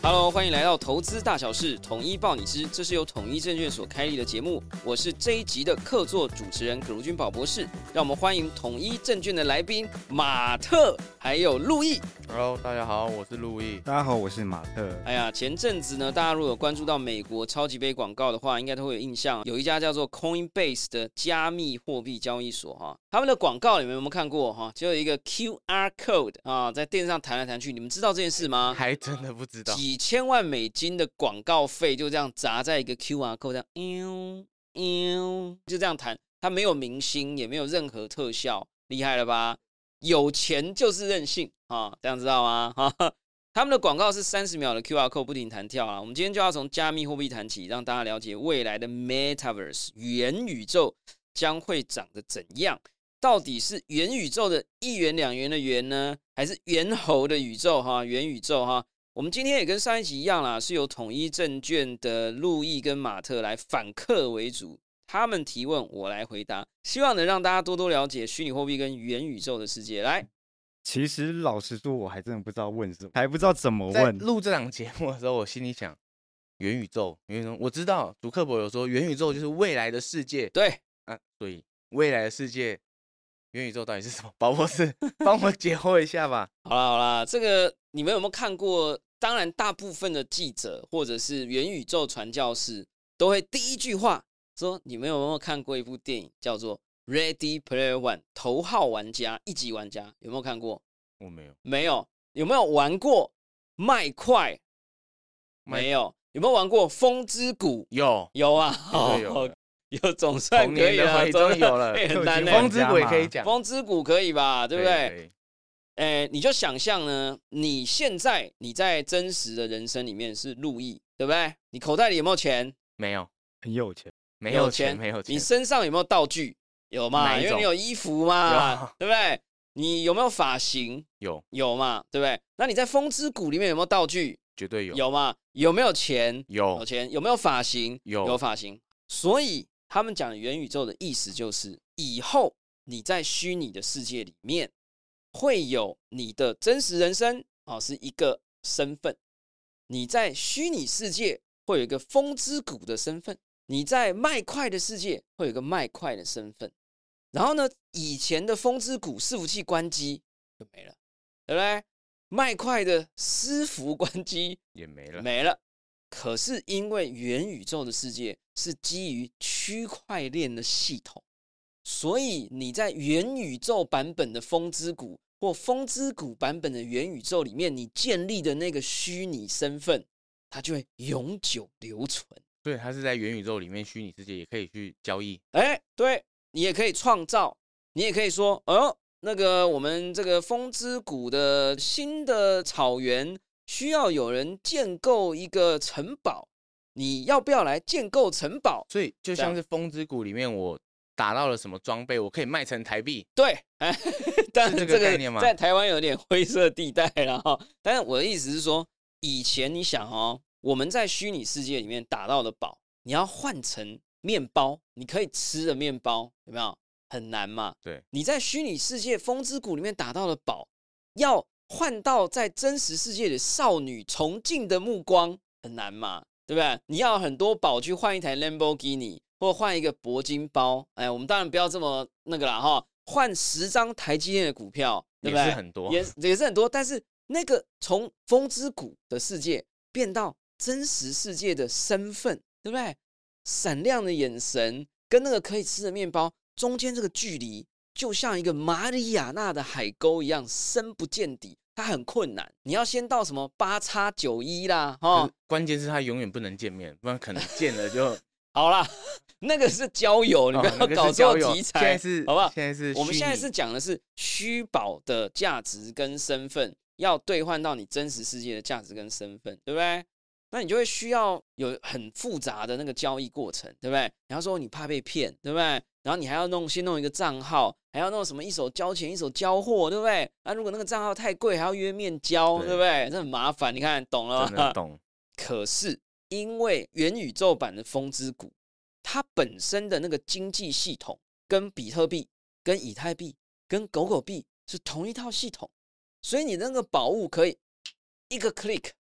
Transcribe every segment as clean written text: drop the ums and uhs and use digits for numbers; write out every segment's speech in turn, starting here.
Hello， 欢迎来到投资大小事，统一报你知。这是由统一证券所开立的节目，我是这一集的客座主持人葛如君宝博士。让我们欢迎统一证券的来宾马特，还有路易。 Hello， 大家好，我是路易。 大家好，我是马特。 哎呀，前阵子呢，大家如果有关注到美国超级杯广告的话，应该都会有印象，有一家叫做 Coinbase 的加密货币交易所哈，他们的广告你们有没有看过哈？就有一个 QR code 啊，在电视上弹来弹去，你们知道这件事吗？ 还真的不知道。 几千万美金的广告费就这样砸在一个 QR code 这样，就这样弹，它没有明星，也没有任何特效，厉害了吧？有钱就是任性啊，这样知道吗？他们的广告是30秒的 QR code 不停弹跳啊。我们今天就要从加密货币谈起，让大家了解未来的 Metaverse 元宇宙将会长得怎样。到底是元宇宙的1元2元的元呢，还是猿猴的宇宙哈？元宇宙哈？我们今天也跟上一集一样啦，是由统一证券的路易跟马特来反客为主，他们提问我来回答，希望能让大家多多了解虚拟货币跟元宇宙的世界。来， 其实老实说，我还真的不知道问什么，还不知道怎么在问。 录这档节目的时候，我心里想，元宇宙，我知道祖克伯有说元宇宙就是未来的世界， 对啊，所以未来的世界，元宇宙到底是什么？宝博士帮我解惑一下吧。 好啦，这个你们有没有看过？当然，大部分的记者或者是元宇宙传教士都会第一句话说：你们有没有看过一部电影叫做《Ready Player One》头号玩家一级玩家？有没有看过？ 我没有。 没有。有没有玩过麦块？没有。有没有玩过风之谷？有啊，有总算可以了， 终于有了， 很难的。 风之谷也可以讲， 风之谷可以吧？对不对？ 对， 你就想象呢，你现在你在真实的人生里面是路易，对不对？你口袋里有没有钱？ 没有， 很有钱， 没有钱。 你身上有没有道具？有嘛？因为你有衣服嘛，对不对？你有没有发型？有嘛，对不对？那你在风之谷里面有没有道具？ 绝对有。 有嘛？有没有钱？ 有钱。有没有发型？ 有发型。所以他们讲的元宇宙的意思就是，以后你在虚拟的世界里面会有你的真实人生是一个身份，你在虚拟世界会有一个风之谷的身份，你在麦块的世界会有一个麦块的身份。然后呢，以前的风之谷伺服器关机就没了，对不对？麦块的私服关机也没了。可是因为元宇宙的世界是基于区块链的系统，所以你在元宇宙版本的风之谷或风之谷版本的元宇宙里面，你建立的那个虚拟身份，它就会永久留存。 对，它是在元宇宙里面虚拟世界也可以去交易。 对，你也可以创造，你也可以说，那个我们这个风之谷的新的草原需要有人建构一个城堡，你要不要来建构城堡？ 所以就像是风之谷里面我打到了什么装备，我可以卖成台币。 对，但是这个概念吗？ 在台湾有点灰色地带了哈。但是我的意思是说，以前你想我们在虚拟世界里面打到的宝，你要换成面包，你可以吃的面包，有没有？很难嘛。 对， 你在虚拟世界风之谷里面打到的宝，要换到在真实世界里少女崇敬的目光，很难嘛，对不对？你要很多宝去换一台 Lamborghini。或换一个铂金包，我们当然不要这么那个啦哈，换10张台积电的股票，对不对？ 也是很多， 也是很多。但是那个从风之谷的世界变到真实世界的身份，对不对？闪亮的眼神跟那个可以吃的面包中间这个距离，就像一个马里亚纳的海沟一样深不见底，它很困难。你要先到什么8x91啦， 关键是它永远不能见面，不然可能见了就。 好啦，那个是交友，你不要搞错题材，好不好？我们现在是讲的是虚宝的价值跟身份，要兑换到你真实世界的价值跟身份，对不对？那你就会需要有很复杂的那个交易过程，对不对？然后说你怕被骗，对不对？然后你还要先弄一个账号，还要弄什么一手交钱一手交货，对不对？那如果那个账号太贵，还要约面交，对不对？这很麻烦，你看懂了吗？ 真的懂。 可是因为元宇宙版的风之谷，它本身的那个经济系统跟比特币、跟以太币、跟狗狗币是同一套系统，所以你那个宝物可以一个 click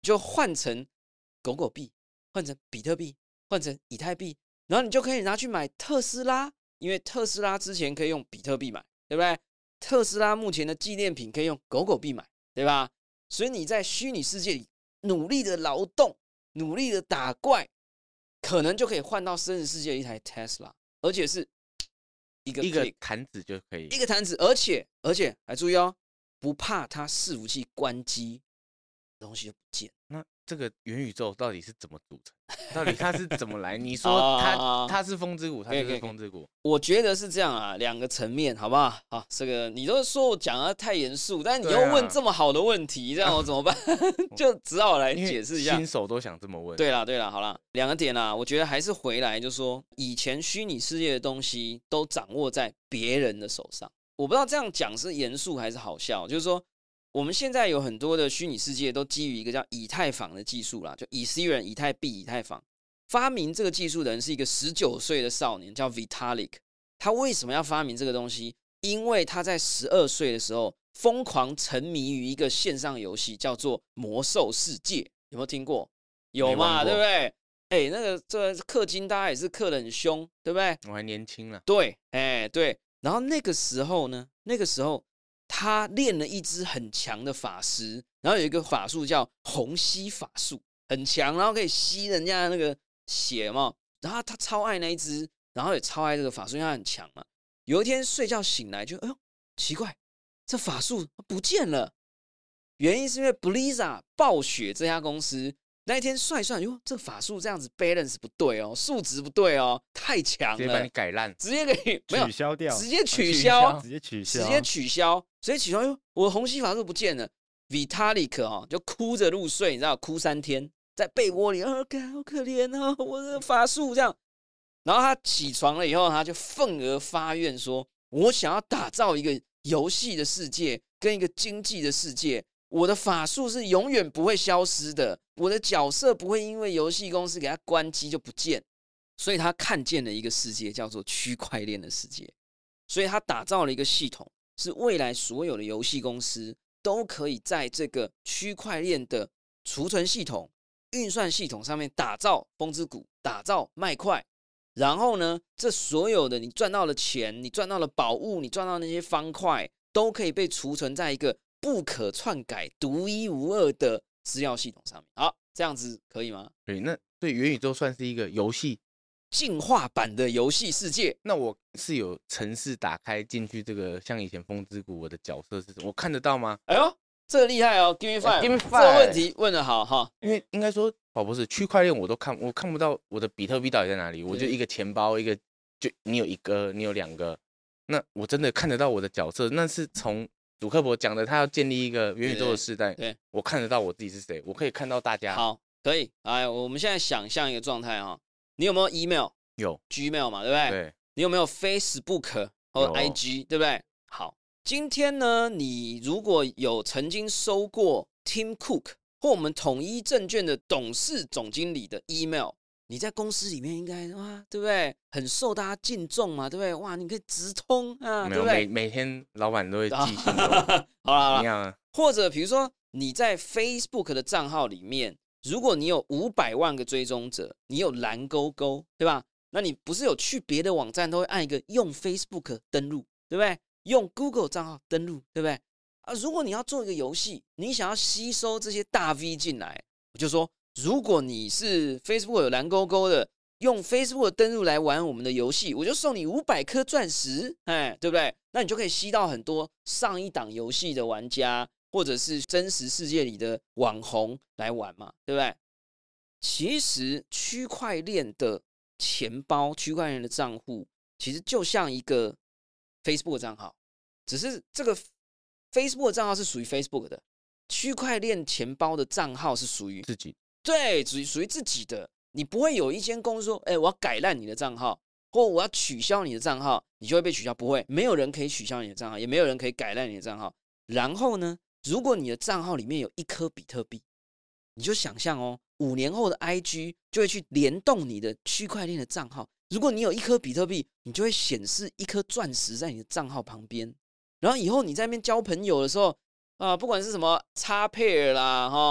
就换成狗狗币，换成比特币，换成以太币，然后你就可以拿去买特斯拉，因为特斯拉之前可以用比特币买，对不对？特斯拉目前的纪念品可以用狗狗币买，对吧？所以你在虚拟世界里努力的劳动，努力的打怪，可能就可以换到真实世界的一台 Tesla， 而且是一个弹指就可以， 一个弹指，而且还注意哦，不怕它伺服器关机，东西就不见。 那这个元宇宙到底是怎么组成？到底它是怎么来？你说它是风之谷，它就是风之谷。 我觉得是这样啊，两个层面，好不好？好，这个你都说我讲的太严肃，但你又问这么好的问题，这样我怎么办？就只好来解释一下。 新手都想这么问。 对啦，好啦，两个点啦，我觉得还是回来就说，以前虚拟世界的东西都掌握在别人的手上。我不知道这样讲是严肃还是好笑，就是说。我们现在有很多的虚拟世界都基于一个叫以太坊的技术啦，就Ethereum、以太币、以太坊。发明这个技术的人是一个19岁的少年，叫 Vitalik。他为什么要发明这个东西？因为他在12岁的时候疯狂沉迷于一个线上游戏，叫做《魔兽世界》，有没有听过？有嘛，对不对？那个这氪金大家也是氪得很凶，对不对？ 我还年轻了。 对，对。然后那个时候他练了一支很强的法师，然后有一个法术叫虹吸法术，很强，然后可以吸人家的那个血嘛。然后他超爱那一支，然后也超爱这个法术，因为他很强嘛。有一天睡觉醒来就，哎呦，奇怪，这法术不见了。原因是因为 Blizzard 暴雪这家公司那一天算一算，哟，这法术这样子 balance 不对哦，数值不对哦，太强了， 直接把你改烂， 直接给你取消掉， 直接取消， 直接取消，所以取消，我的虹吸法术不见了。Vitalik 就哭着入睡，你知道，哭3天，在被窝里，好可怜哦，我的法术这样。然后他起床了以后，他就愤而发愿说：“我想要打造一个游戏的世界，跟一个经济的世界。”我的法术是永远不会消失的，我的角色不会因为游戏公司给他关机就不见，所以他看见了一个世界叫做区块链的世界，所以他打造了一个系统，是未来所有的游戏公司都可以在这个区块链的储存系统、运算系统上面打造风之谷，打造麦块，然后呢，这所有的你赚到的钱、你赚到的宝物、你赚到那些方块，都可以被储存在一个不可篡改、独一无二的资料系统上面。好，这样子可以吗？ 对，那对元宇宙算是一个游戏进化版的游戏世界。 那我是有程式打开进去，这个像以前风之谷，我的角色是什么？我看得到吗？ 哎呦，这个厉害哦 ！Give me five， 这个问题问得好哈。 因为应该说，不是区块链，我看不到我的比特币到底在哪里。我就一个钱包，一个就你有一个，你有2个，那我真的看得到我的角色。那是从祖克伯讲的，他要建立一个元宇宙的时代。 对， 我看得到我自己是谁，我可以看到大家。 好，可以。哎，我们现在想象一个状态哈，你有没有 email？ 有 Gmail 嘛，对不对？ 对。 你有没有 Facebook 或 IG？ 对不对？好，今天呢，你如果有曾经收过 Tim Cook 或我们统一证券的董事总经理的 email， 你在公司里面应该哇，对不对？很受大家敬重嘛，对不对？哇，你可以直通啊， 没有， 对不对？ 每天老板都会寄信给我。好了， 或者比如说你在 Facebook 的账号里面，如果你有500万个追踪者，你有蓝勾勾，对吧？那你不是有去别的网站都会按一个用 Facebook 登录，对不对？用 Google 账号登录，对不对？啊，如果你要做一个游戏，你想要吸收这些大 V 进来，我就说，如果你是 Facebook 有蓝勾勾的，用 Facebook 登录来玩我们的游戏，我就送你500颗钻石，哎，对不对？那你就可以吸到很多上一档游戏的玩家，或者是真实世界里的网红来玩嘛，对不对？其实区块链的钱包、区块链的账户，其实就像一个 Facebook 账号，只是这个 Facebook 账号是属于 Facebook 的，区块链钱包的账号是属于自己， 对，属于自己的。你不会有一间公司说，我要改烂你的账号，或我要取消你的账号，你就会被取消。不会，没有人可以取消你的账号，也没有人可以改烂你的账号。然后呢，如果你的账号里面有1颗比特币，你就想象哦，5年后的 IG 就会去联动你的区块链的账号。如果你有1颗比特币，你就会显示1颗钻石在你的账号旁边。然后以后你在那边交朋友的时候，不管是什么Xpair啦，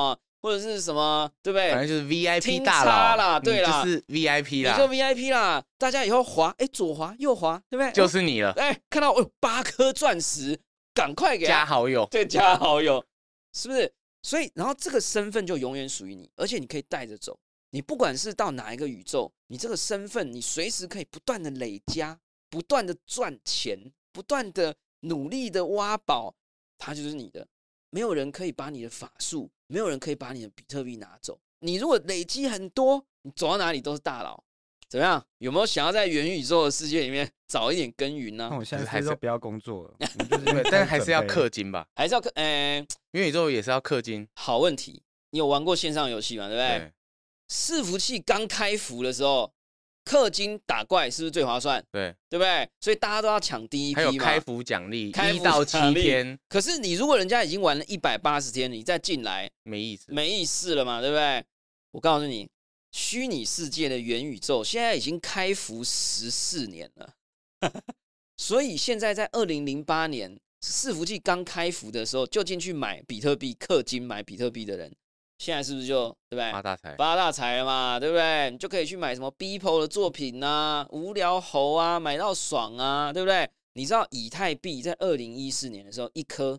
或者是什么，对不对？ 反正就是 VIP 听大佬差啦，对啦， 就是 VIP 啦， 你就 VIP 啦，大家以后滑，左滑右滑，对不对？ 就是你了， 看到8颗钻石，赶快给他加好友， 对，加好友，是不是？所以，然后这个身份就永远属于你，而且你可以带着走。你不管是到哪一个宇宙，你这个身份，你随时可以不断的累加，不断的赚钱，不断的努力的挖宝，它就是你的。没有人可以把你的法术，没有人可以把你的比特币拿走。你如果累积很多，你走到哪里都是大佬。怎么样？有没有想要在元宇宙的世界里面早一点耕耘呢？ 那我现在还是不要工作了， 对，但还是要氪金吧？ 还是要元宇宙也是要氪金。 好问题，你有玩过线上游戏吗？对不对？ 对， 伺服器刚开服的时候，氪金打怪是不是最划算？ 对， 对不对？所以大家都要抢第一批嘛。 还有开服奖励 1 到7天。 可是你如果人家已经玩了180天，你再进来， 没意思， 没意思了嘛，对不对？我告诉你，虚拟世界的元宇宙现在已经开服14年了，所以现在在2008年伺服器刚开服的时候，就进去买比特币、氪金买比特币的人，现在是不是就对不对？ 发大财， 发大财了嘛，对不对？你就可以去买什么 Beeple 的作品啊，无聊猴啊，买到爽啊，对不对？你知道以太币在2014年的时候，一颗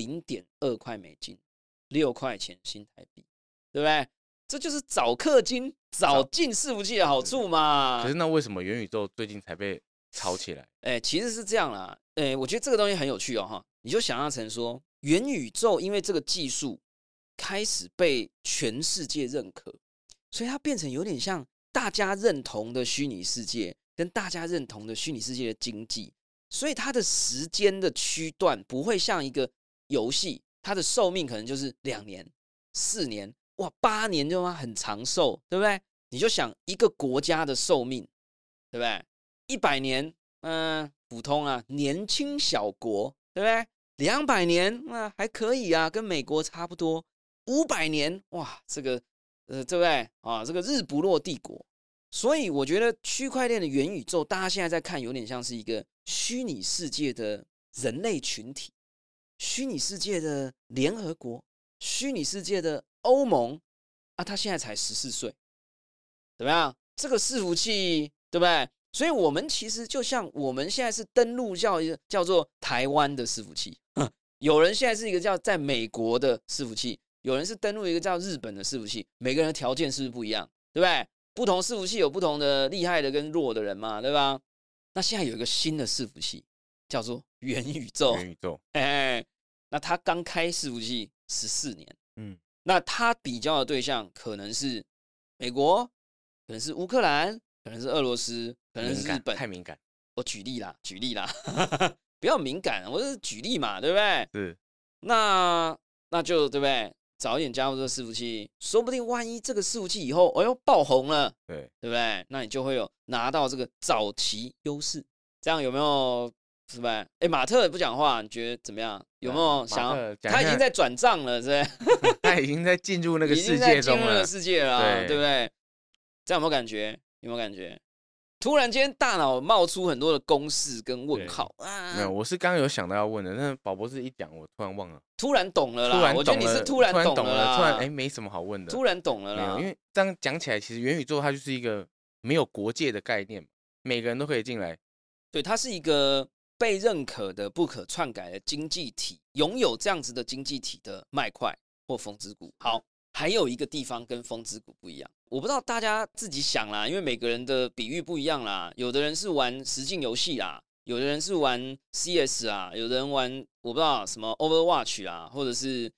0.2块美金，6块钱新台币，对不对？这就是早氪金、早进伺服器的好处嘛。 可是那为什么元宇宙最近才被炒起来？ 其实是这样啦。我觉得这个东西很有趣哦，哈，你就想象成说，元宇宙因为这个技术开始被全世界认可，所以它变成有点像大家认同的虚拟世界，跟大家认同的虚拟世界的经济，所以它的时间的区段不会像一个游戏，它的寿命可能就是2年、4年。哇，8年就很长寿，对不对？你就想一个国家的寿命，对不对？100年，普通啊，年轻小国，对不对？200年，还可以啊，跟美国差不多。500年，哇，这个，对不对啊？这个日不落帝国。所以我觉得区块链的元宇宙，大家现在在看，有点像是一个虚拟世界的人类群体，虚拟世界的联合国，虚拟世界的欧盟啊，他现在才14岁，怎么样？这个伺服器，对不对？所以我们其实就像我们现在是登陆叫做台湾的伺服器，有人现在是一个叫在美国的伺服器，有人是登陆一个叫日本的伺服器，每个人的条件是不是不一样？对不对？不同伺服器有不同的厉害的跟弱的人嘛，对吧？那现在有一个新的伺服器叫做元宇宙， 元宇宙， 那他刚开伺服器14年，那他比较的对象可能是美国，可能是乌克兰，可能是俄罗斯，可能是日本。 太敏感。 我举例啦，不要敏感，我是举例嘛，对不对？ 是。 那就对不对？早一点加入这个伺服器，说不定万一这个伺服器以后，爆红了， 对不对？那你就会有拿到这个早期优势，这样有没有？是吧？马特不讲话，你觉得怎么样？有没有想要？他已经在转账了，是不是？ 他已经在进入那个世界中了， 进入那个世界了，对不对？这样有没有感觉？有没有感觉？突然间大脑冒出很多的公式跟问号啊！ 没有，我是刚刚有想到要问的，但是宝博士一讲，我突然忘了。 突然懂了啦！我觉得你是突然懂了啦， 突然没什么好问的。 突然懂了啦， 没有，因为这样讲起来，其实元宇宙它就是一个没有国界的概念，每个人都可以进来。 对，它是一个被认可的不可篡改的经济体，拥有这样子的经济体的麦块或风之谷。好，还有一个地方跟风之谷不一样，我不知道大家自己想啦，因为每个人的比喻不一样啦。有的人是玩实境游戏啦，有的人是玩 CS 啦，有的人玩我不知道什么 Overwatch 啦，或者是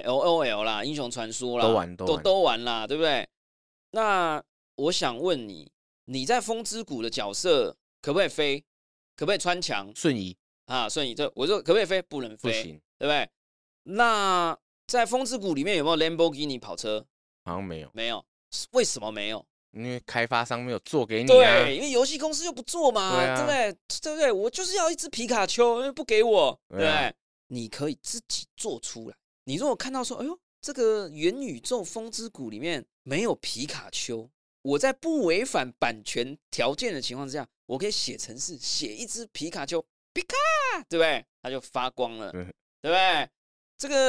LOL 啦，英雄传说啦，都玩啦，对不对？那我想问你，你在风之谷的角色可不可以飞？可不可以穿墙？ 瞬移啊，瞬移。对，我说可不可以飞？不能飞， 不行， 对不对？那在风之谷里面有没有 Lamborghini 跑车？ 好像没有， 没有。为什么没有？ 因为开发商没有做给你啊。对，因为游戏公司又不做嘛， 对不对？对不对？我就是要一只皮卡丘，因为不给我，对不对？你可以自己做出来。你如果看到说，哎呦，这个元宇宙风之谷里面没有皮卡丘，我在不违反版权条件的情况之下，我可以写程式，写一只皮卡丘，皮卡，对不对？它就发光了，对不对？这个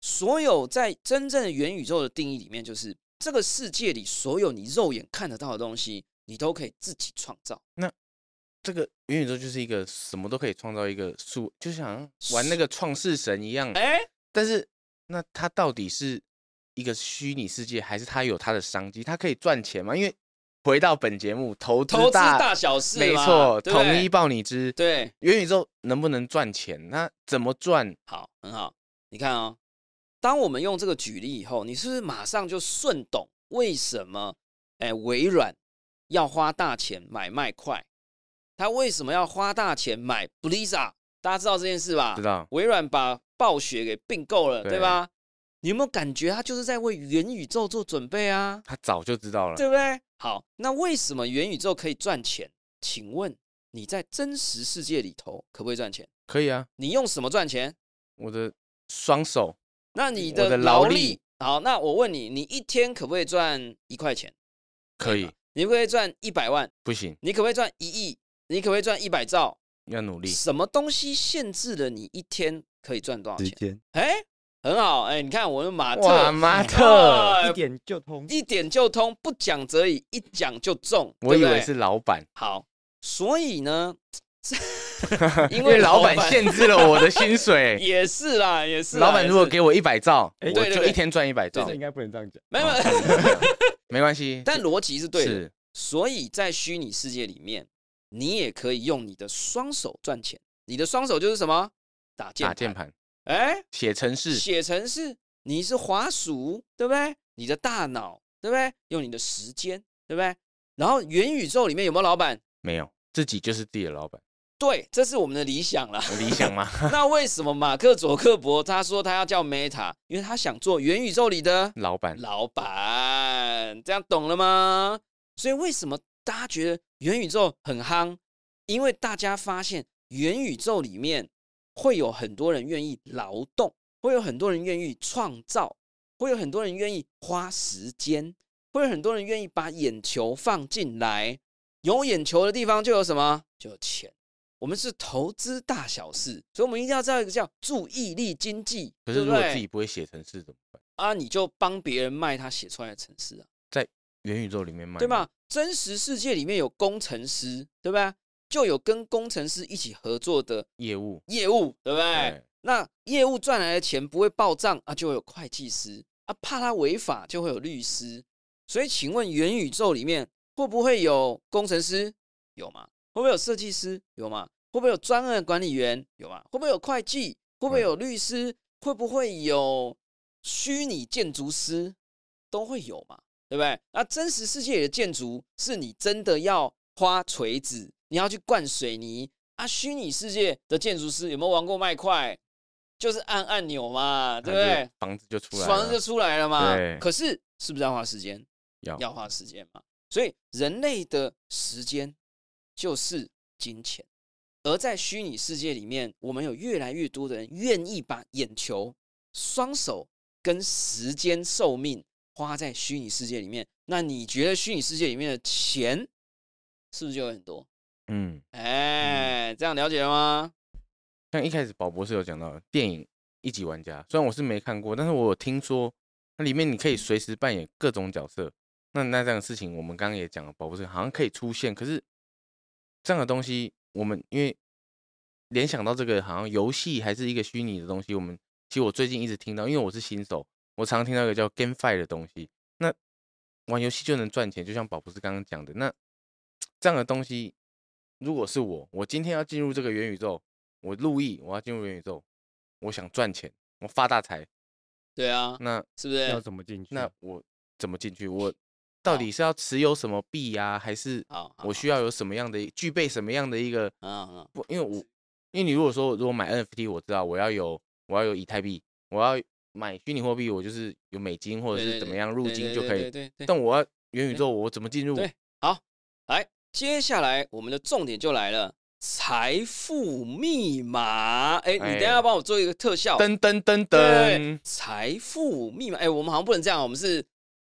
所有在真正的元宇宙的定义里面，就是这个世界里所有你肉眼看得到的东西，你都可以自己创造。 那这个元宇宙就是一个什么都可以创造一个就像玩那个创世神一样。但是那它到底是一个虚拟世界，还是它有它的商机？它可以赚钱吗？因为回到本节目，投资大小事嘛， 没错， 对不对统一报你知。 对， 元宇宙能不能赚钱？那怎么赚？ 好，很好。你看哦，当我们用这个举例以后，你是不是马上就顺懂为什么微软要花大钱买麦块？他为什么要花大钱买 Blizzard？ 大家知道这件事吧？ 知道。 微软把暴雪给并购了，对吧？你有没有感觉他就是在为元宇宙做准备啊？ 他早就知道了， 对不对？好，那为什么元宇宙可以赚钱？请问你在真实世界里头可不可以赚钱？ 可以啊。 你用什么赚钱？ 我的双手。 那你的劳力。 好，那我问你，你一天可不可以赚1块钱？ 可以。 你可不可以赚100万？ 不行。 你可不可以赚1亿？你可不可以赚100兆？ 要努力。 什么东西限制了你一天可以赚多少钱？ 时间。 很好，你看我的马特， 哇，马特一点就通， 一点就通，不讲则已，一讲就中。 我以为是老板。 好，所以呢， 因为老板限制了我的薪水。 也是啦，也是。 老板如果给我100兆， 我就一天赚100兆。 这应该不能这样讲。 没关系， 但逻辑是对的。所以在虚拟世界里面，你也可以用你的双手赚钱。你的双手就是什么？打键盘。写程式，你是滑鼠，对不对？你的大脑，对不对？用你的时间，对不对？然后元宇宙里面有没有老板？ 没有，自己就是自己的老板。 对，这是我们的理想啦。 理想吗？ 那为什么马克·佐克伯他说他要叫 Meta？ 因为他想做元宇宙里的老板， 这样懂了吗？所以为什么大家觉得元宇宙很夯？因为大家发现元宇宙里面会有很多人愿意劳动，会有很多人愿意创造，会有很多人愿意花时间，会有很多人愿意把眼球放进来。有眼球的地方就有什么？就有钱。我们是投资大小事，所以我们一定要知道一个叫注意力经济。 可是如果自己不会写程式怎么办？ 啊，你就帮别人卖他写出来的程式啊， 在元宇宙里面卖， 对吧？真实世界里面有工程师，对吧？就有跟工程师一起合作的业务，对不对？那业务赚来的钱不会报账啊，就会有会计师啊，怕他违法就会有律师。所以，请问元宇宙里面会不会有工程师？有吗？会不会有设计师？有吗？会不会有专案管理员？有吗？会不会有会计？会不会有律师？会不会有虚拟建筑师？都会有嘛，对不对？那真实世界里的建筑是你真的要花锤子，你要去灌水泥啊。虚拟世界的建筑师有没有玩过麦块？就是按按钮嘛，对不对？ 房子就出来了嘛。 对。 可是是不是要花时间？要花时间嘛。所以人类的时间就是金钱，而在虚拟世界里面，我们有越来越多的人愿意把眼球、双手跟时间寿命花在虚拟世界里面。那你觉得虚拟世界里面的钱是不是就有很多？这样了解了吗？ 像一开始宝博士有讲到电影《一级玩家》，虽然我是没看过，但是我有听说那里面你可以随时扮演各种角色。那这样的事情，我们刚刚也讲了，宝博士好像可以出现，可是这样的东西，我们因为联想到这个好像游戏还是一个虚拟的东西，其实我最近一直听到，因为我是新手，我常常听到一个叫 GameFi 的东西。那玩游戏就能赚钱，就像宝博士刚刚讲的，那这样的东西，如果是我今天要进入这个元宇宙，我入役，我要进入元宇宙，我想赚钱，我发大财。 对啊， 那是不是要怎么进去？ 那我怎么进去？我到底是要持有什么币呀，还是我需要有什么样的具备什么样的一个？因为你如果买 NFT， 我知道我要有以太币，我要买虚拟货币，我就是有美金或者是怎么样入金就可以。但我要元宇宙，我怎么进入？ 对，好，来，接下来我们的重点就来了。财富密码，你等一下要帮我做一个特效， 噔噔噔噔， 财富密码，我们好像不能这样，我们是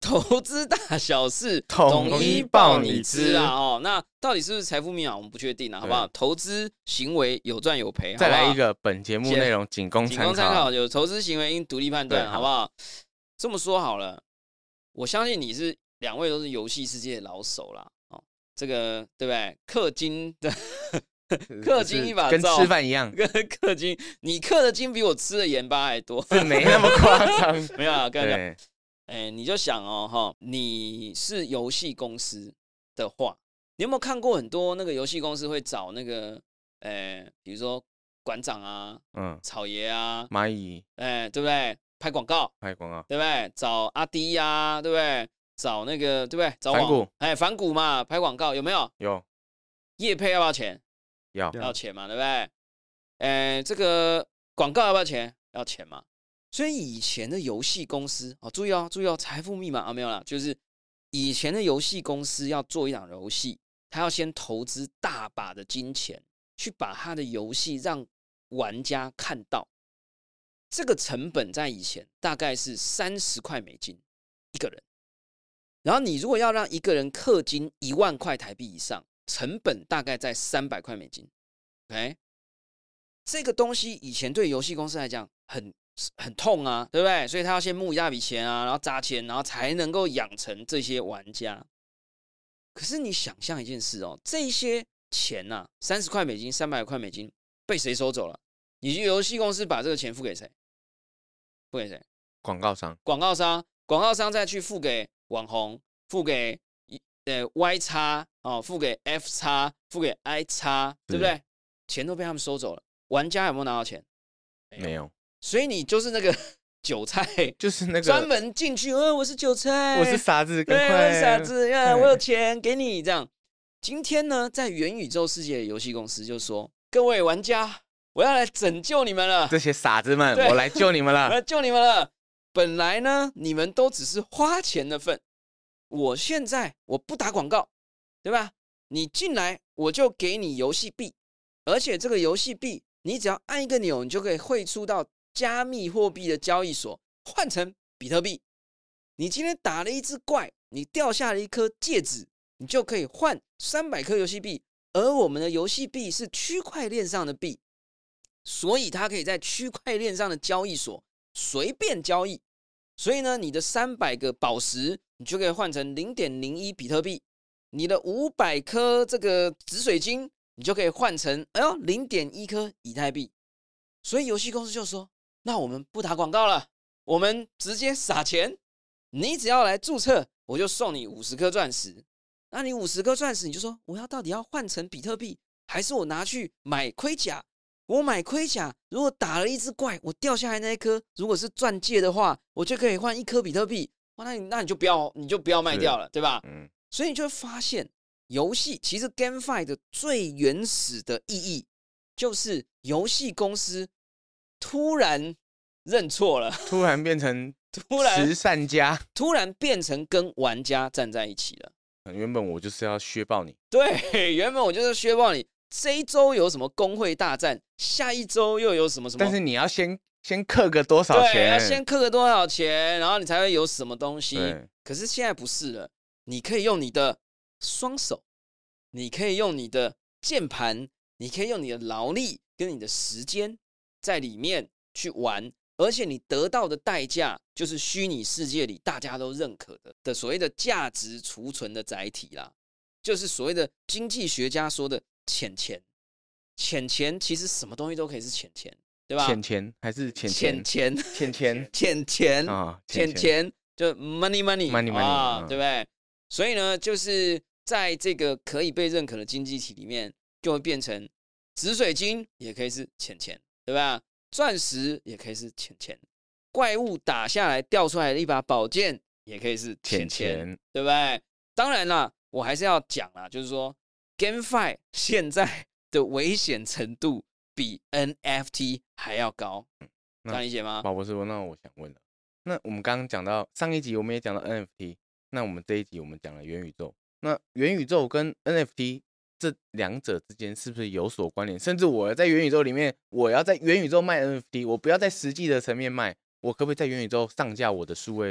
投资大小事统一一报你你知知啊！哦，那到底是不是财富密码，我们不确定啊，好不好？投资行为有赚有赔， 再好不好来一个，本节目内容仅供仅参考。 供参考，有投资行为应独立判断， 对好不好？这么说好了，我相信你是两位都是游戏世界的老手啦，哦，这个对不对？氪金的氪金一把跟照， 吃饭一样， 跟氪金，你氪的金比我吃的盐巴还多， 是没那么夸张。 没有啊，跟你讲， 对， 你就想哦，哈，你是游戏公司的话，你有没有看过很多那个游戏公司会找那个，比如说馆长啊、草爷啊、 蚂蚁， 对不对？拍广告， 拍广告， 对不对？找阿迪呀，对不对？找那个，对不对？找反骨， 反骨嘛，拍广告有没有？ 有， 业配要不要钱？要钱嘛，对不对？这个广告要不要钱？要钱嘛。所以以前的游戏公司哦，注意哦，财富密码啊，没有啦，就是以前的游戏公司要做一档游戏，他要先投资大把的金钱，去把他的游戏让玩家看到。这个成本在以前大概是30块美金一个人，然后你如果要让一个人氪金1万块台币以上，成本大概在300块美金。OK， 这个东西以前对游戏公司来讲很痛啊，对不对？所以他要先募一大笔钱啊，然后砸钱，然后才能够养成这些玩家。可是你想象一件事哦，这些钱啊，30块美金、300块美金被谁收走了？你游戏公司把这个钱付给谁？付给谁？ 广告商， 广告商再去付给网红，付给Y 叉哦，付给 F 叉，付给 I 叉，对不对？钱都被他们收走了，玩家有没有拿到钱？ 没有。 所以你就是那个韭菜， 就是那个专门进去，我是韭菜， 我是傻子， 对，我是傻子呀，我有钱给你这样。今天呢，在元宇宙世界的游戏公司就说：各位玩家，我要来拯救你们了， 这些傻子们，我来救你们了， 我来救你们了。本来呢，你们都只是花钱的份，我现在我不打广告，对吧？你进来我就给你游戏币，而且这个游戏币你只要按一个钮，你就可以汇出到加密货币的交易所，换成比特币。你今天打了一只怪，你掉下了一颗戒指，你就可以换300颗游戏币，而我们的游戏币是区块链上的币，所以它可以在区块链上的交易所随便交易。所以呢，你的300个宝石，你就可以换成 0.01 比特币；你的500颗这个紫水晶，你就可以换成0.1颗以太币。所以游戏公司就说：那我们不打广告了，我们直接撒钱，你只要来注册，我就送你50颗钻石。那你50颗钻石，你就说我到底要换成比特币，还是我拿去买盔甲？我买盔甲，如果打了一只怪，我掉下来那一颗，如果是钻戒的话，我就可以换1颗比特币。那你就不要卖掉了，对吧？所以你就会发现，游戏其实 GameFi 的最原始的意义，就是游戏公司突然认错了， 突然变成慈善家， 突然变成跟玩家站在一起了。 原本我就是要削爆你， 对，原本我就是削爆你。这一周有什么工会大战，下一周又有什么？ 但是你要先氪个多少钱？ 对，要先氪个多少钱，然后你才会有什么东西。可是现在不是了，你可以用你的双手，你可以用你的键盘，你可以用你的劳力跟你的时间在里面去玩，而且你得到的代价就是虚拟世界里大家都认可的所谓的价值储存的载体啦，就是所谓的经济学家说的钱钱。钱钱其实什么东西都可以是钱钱，对吧？ 钱钱还是钱钱钱钱钱钱钱啊， 钱钱就 money 啊，对不对？所以呢，就是在这个可以被认可的经济体里面，就会变成紫水晶也可以是钱钱，对吧？钻石也可以是钱钱，怪物打下来掉出来的一把宝剑也可以是钱钱，对不对？当然啦，我还是要讲啦，就是说 GameFi 现在的危险程度比 NFT 还要高，这样理解吗？ 马博士，那我想问了，那我们刚刚讲到上一集我们也讲到 NFT， 那我们这一集我们讲了元宇宙，那元宇宙跟 NFT 这两者之间是不是有所关联？甚至我在元宇宙里面，我要在元宇宙卖 NFT， 我不要在实际的层面卖，我可不可以在元宇宙上架我的数位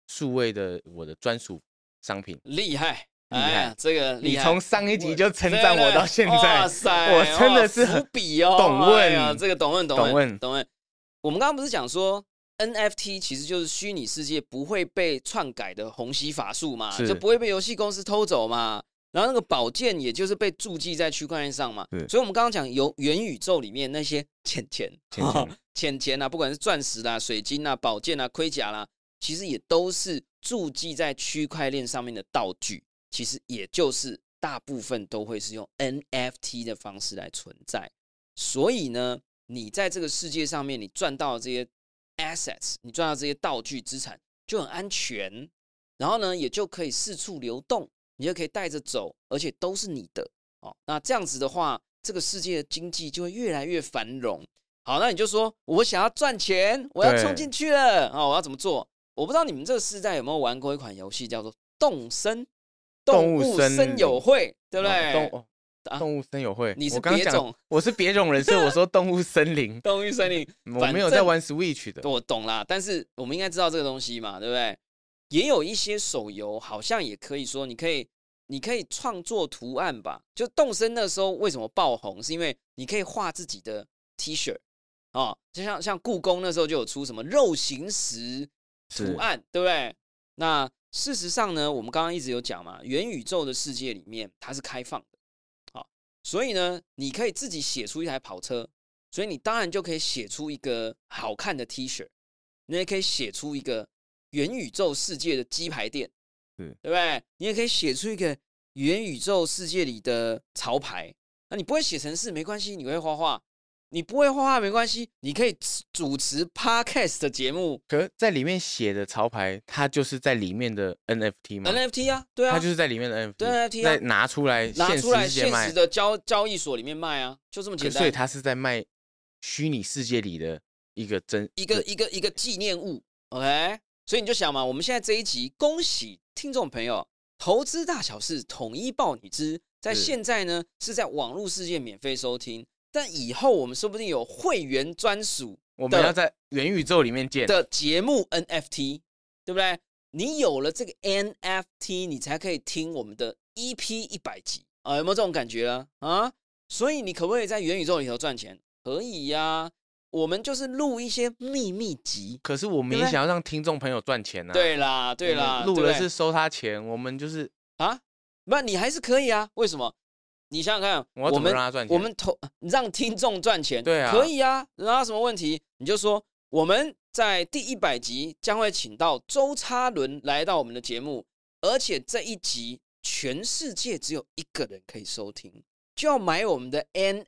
数位的我的专属商品。 厉害， 厉害这个厉害。 你从上一集就称赞我到现在， 哇塞， 我真的是很伏笔哦， 懂问， 这个懂问。我们刚刚不是讲说 NFT 其实就是虚拟世界不会被篡改的虹吸法术嘛，就不会被游戏公司偷走嘛。然后那个宝剑也就是被注记在区块链上嘛，所以我们刚刚讲有元宇宙里面那些钱钱啊，不管是钻石啦、水晶啊、宝剑啊、盔甲啦，其实也都是注记在区块链上面的道具，其实也就是大部分都会是用 NFT 的方式来存在。所以呢，你在这个世界上面，你赚到的这些 assets， 你赚到这些道具资产就很安全，然后呢，也就可以四处流动。你就可以带着走，而且都是你的哦。那这样子的话，这个世界的经济就会越来越繁荣。好，那你就说我想要赚钱，我要冲进去了哦，我要怎么做？我不知道你们这个世代有没有玩过一款游戏叫做《动物森友会》，对不对？ 动物森友会， 你是别种， 我是别种人，所以我说动物森林。 动物森林， 我没有在玩 Switch 的。 我懂啦，但是我们应该知道这个东西嘛，对不对？也有一些手游好像也可以说，你可以创作图案吧。就动森那时候为什么爆红，是因为你可以画自己的 T 恤哦，就像故宫那时候就有出什么肉形石图案，对不对？那事实上呢，我们刚刚一直有讲嘛，元宇宙的世界里面它是开放的，好，所以呢，你可以自己写出一台跑车，所以你当然就可以写出一个好看的 T 恤，你也可以写出一个元宇宙世界的鸡排店，对不对？你也可以写出一个元宇宙世界里的潮牌。那你不会写程式没关系，你会画画。你不会画画没关系，你可以主持 podcast 的节目。 可是在里面写的潮牌，它就是在里面的 NFT 吗 ？NFT 啊，对啊， 它就是在里面的 NFT， 对 NFT 再拿出来现实的交易所里面卖啊，就这么简单。 所以它是在卖虚拟世界里的一个一个纪念物 ，OK？ 所以你就想嘛，我们现在这一集，恭喜听众朋友，投资大小事统一报你知，在现在呢是在网络世界免费收听。但以后我们说不定有会员专属， 我们要在元宇宙里面建的节目 NFT， 对不对？你有了这个 NFT， 你才可以听我们的 EP100集啊，有没有这种感觉了啊？所以你可不可以在元宇宙里头赚钱？可以呀，我们就是录一些秘密集。 可是我们也想要让听众朋友赚钱啊。 对啦， 录了是收他钱，我们就是啊，不，你还是可以啊？为什么？你想想看， 我要怎么让他赚钱？ 我们让听众赚钱， 对啊， 可以啊。然后什么问题？你就说我们在第100集将会请到周插伦来到我们的节目，而且这一集全世界只有1个人可以收听，就要买我们的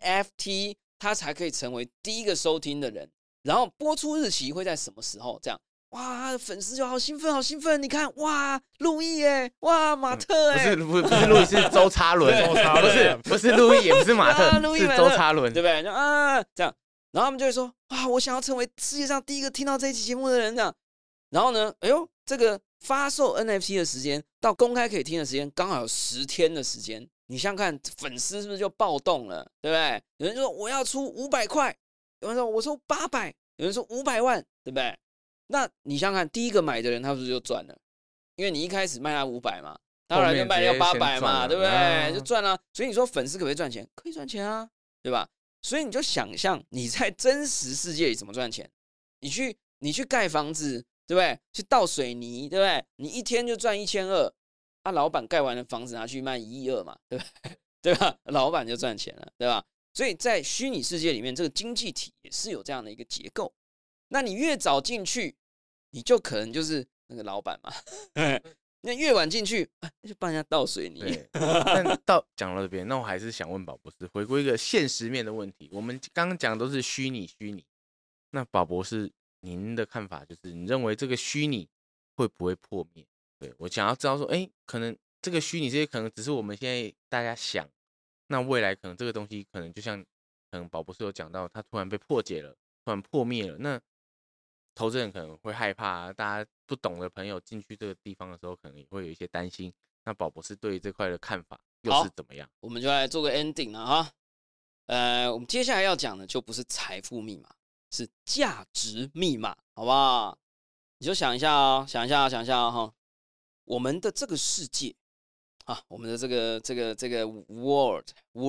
NFT， 他才可以成为第一个收听的人。然后播出日期会在什么时候？这样。哇，粉丝就好兴奋，好兴奋！你看，哇，路易耶，哇，马特哎， 不是路易，是周插伦，不是路易，也不是马特，是周插伦， 对不对？啊，这样，然后他们就会说，哇，我想要成为世界上第一个听到这一期节目的人，这样。然后呢，哎呦，这个发售 NFT 的时间到公开可以听的时间，刚好有10天的时间。你想想看，粉丝是不是就暴动了，对不对？有人说我要出500块，有人说我出800，有人说500万，对不对？那你想想看，第一个买的人他是不是就赚了？因为你一开始卖他500嘛，当然就卖掉800嘛，对不对？就赚了。所以你说粉丝可不可以赚钱？可以赚钱啊，对吧？所以你就想象你在真实世界里怎么赚钱。你去盖房子，对不对？去倒水泥，对不对？你一天就赚1200，啊，老板盖完了房子拿去卖1.2亿嘛，对不对？对吧？老板就赚钱了，对吧？所以在虚拟世界里面，这个经济体也是有这样的一个结构。那你越早进去，你就可能就是那个老板嘛。那越晚进去，就帮人家倒水泥。 但讲到这边，那我还是想问宝博士，回归一个现实面的问题。我们刚刚讲的都是虚拟，那宝博士您的看法就是，你认为这个虚拟会不会破灭？对，我想要知道说，可能这个虚拟这些可能只是我们现在大家想，那未来可能这个东西可能就像可能宝博士有讲到，它突然被破解了，突然破灭了，那投资人可能会害怕，大家不懂的朋友进去这个地方的时候，可能也会有一些担心。那宝博士对于这块的看法又是怎么样？ 我们就来做个 ending 了哈。我们接下来要讲的就不是财富密码，是价值密码，好不好？ 你就想一下哦，想一下哈，我们的这个世界啊，我们的这个 world，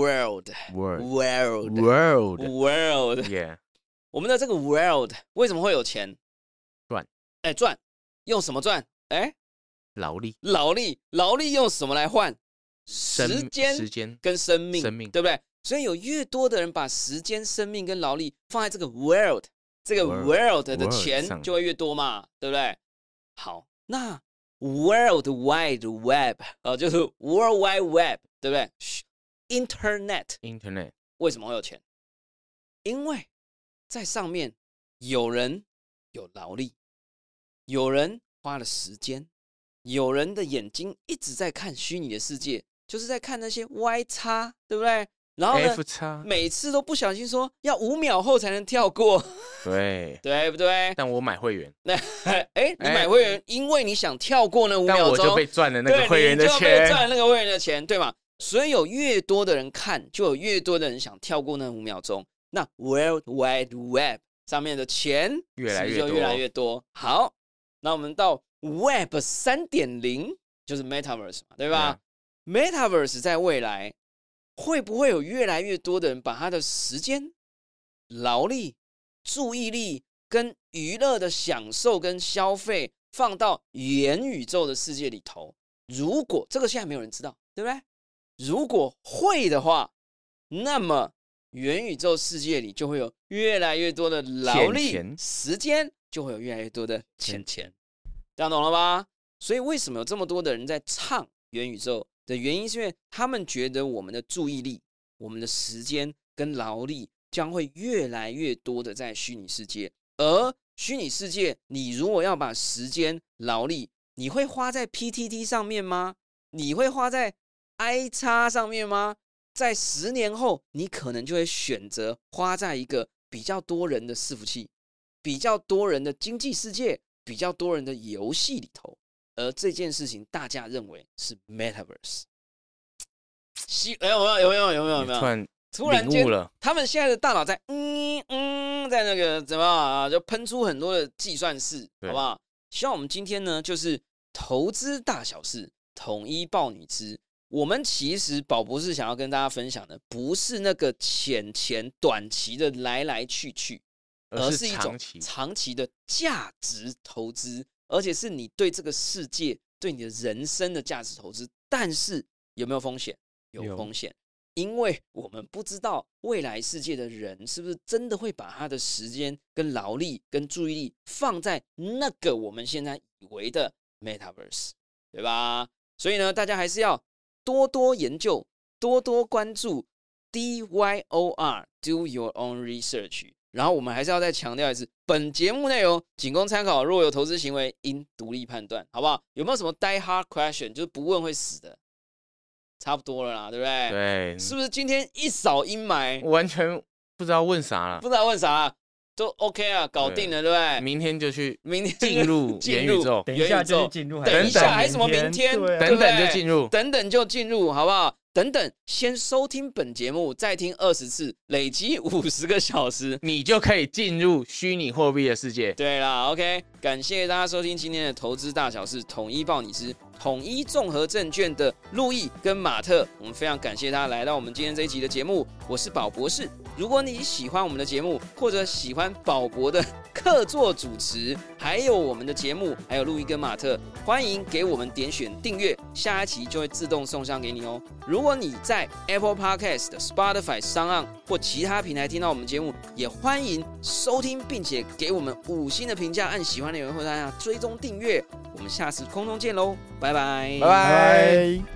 yeah， 我们的这个 world 为什么会有钱？赚，用什么赚？ 劳力用什么来换？时间跟生命，对不对？所以有越多的人把时间、生命跟劳力放在这个 world 的钱就会越多嘛，对不对？好，那 World Wide Web 就是 World Wide Web， 对不对 ？Internet 为什么会有钱？因为在上面有人有劳力，有人花了时间，有人的眼睛一直在看虚拟的世界，就是在看那些 Y 叉，对不对？然后呢 F 叉， 每次都不小心说要5秒后才能跳过， 对不对？ 但我买会员， 你买会员，因为你想跳过那5秒钟， 但我就被赚了那个会员的钱， 对，你就被赚了那个会员的钱，对吗？所以有越多的人看，就有越多的人想跳过那5秒钟。那 World Wide Web 上面的钱越来越多。好，那我们到 Web 3.0， 就是 Metaverse 嘛，对吧？Metaverse 在未来会不会有越来越多的人把他的时间、劳力、注意力跟娱乐的享受跟消费放到元宇宙的世界里头？如果这个现在没有人知道，对不对？如果会的话，那么元宇宙世界里就会有越来越多的劳力、时间，就会有越来越多的钱。这样懂了吧？所以为什么有这么多的人在唱元宇宙的原因，是因为他们觉得我们的注意力、我们的时间跟劳力将会越来越多的在虚拟世界，而虚拟世界，你如果要把时间、劳力，你会花在 PTT 上面吗？你会花在 I 叉上面吗？在10年后，你可能就会选择花在一个比较多人的伺服器、比较多人的经济世界、比较多人的游戏里头。而这件事情大家认为是 Metaverse， 有没有？突然间，他们现在的大脑在在那个怎么啊，就喷出很多的计算式，好不好？希望我们今天呢，就是投资大小事，统一报你知。我们其实宝博士想要跟大家分享的，不是那个浅钱短期的来来去去，而是一种长期的价值投资。而且是你对这个世界、对你的人生的价值投资，但是有没有风险？有风险，因为我们不知道未来世界的人是不是真的会把他的时间、跟劳力、跟注意力放在那个我们现在以为的 Metaverse， 对吧？所以呢，大家还是要多多研究、多多关注 DYOR Do Your Own Research。然后我们还是要再强调一次，本节目内容仅供参考，若有投资行为应独立判断，好不好？有没有什么 die hard question， 就是不问会死的？差不多了啦，对不对？ 对， 是不是今天一扫阴霾？ 完全不知道问啥了， 都 OK 啊，搞定了，对不对？ 明天就去，进入元宇宙， 等一下就进入， 等一下还什么明天？ 等等就进入， 等等就进入，好不好？等等，先收听本节目，再听20次，累积50个小时， 你就可以进入虚拟货币的世界。 对啦 ，OK， 感谢大家收听今天的投资大小事，统一报你知，统一综合证券的路易跟马特，我们非常感谢他来到我们今天这一集的节目。我是宝博士，如果你喜欢我们的节目，或者喜欢宝博的客座主持，还有我们的节目，还有路易跟马特，欢迎给我们点选订阅，下一期就会自动送上给你哦。如果你在 Apple Podcast、Spotify、SoundOn 或其他平台听到我们节目，也欢迎收听，并且给我们5星的评价，按喜欢的留言或者按追踪订阅。我们下次空中见喽，拜拜， 拜拜。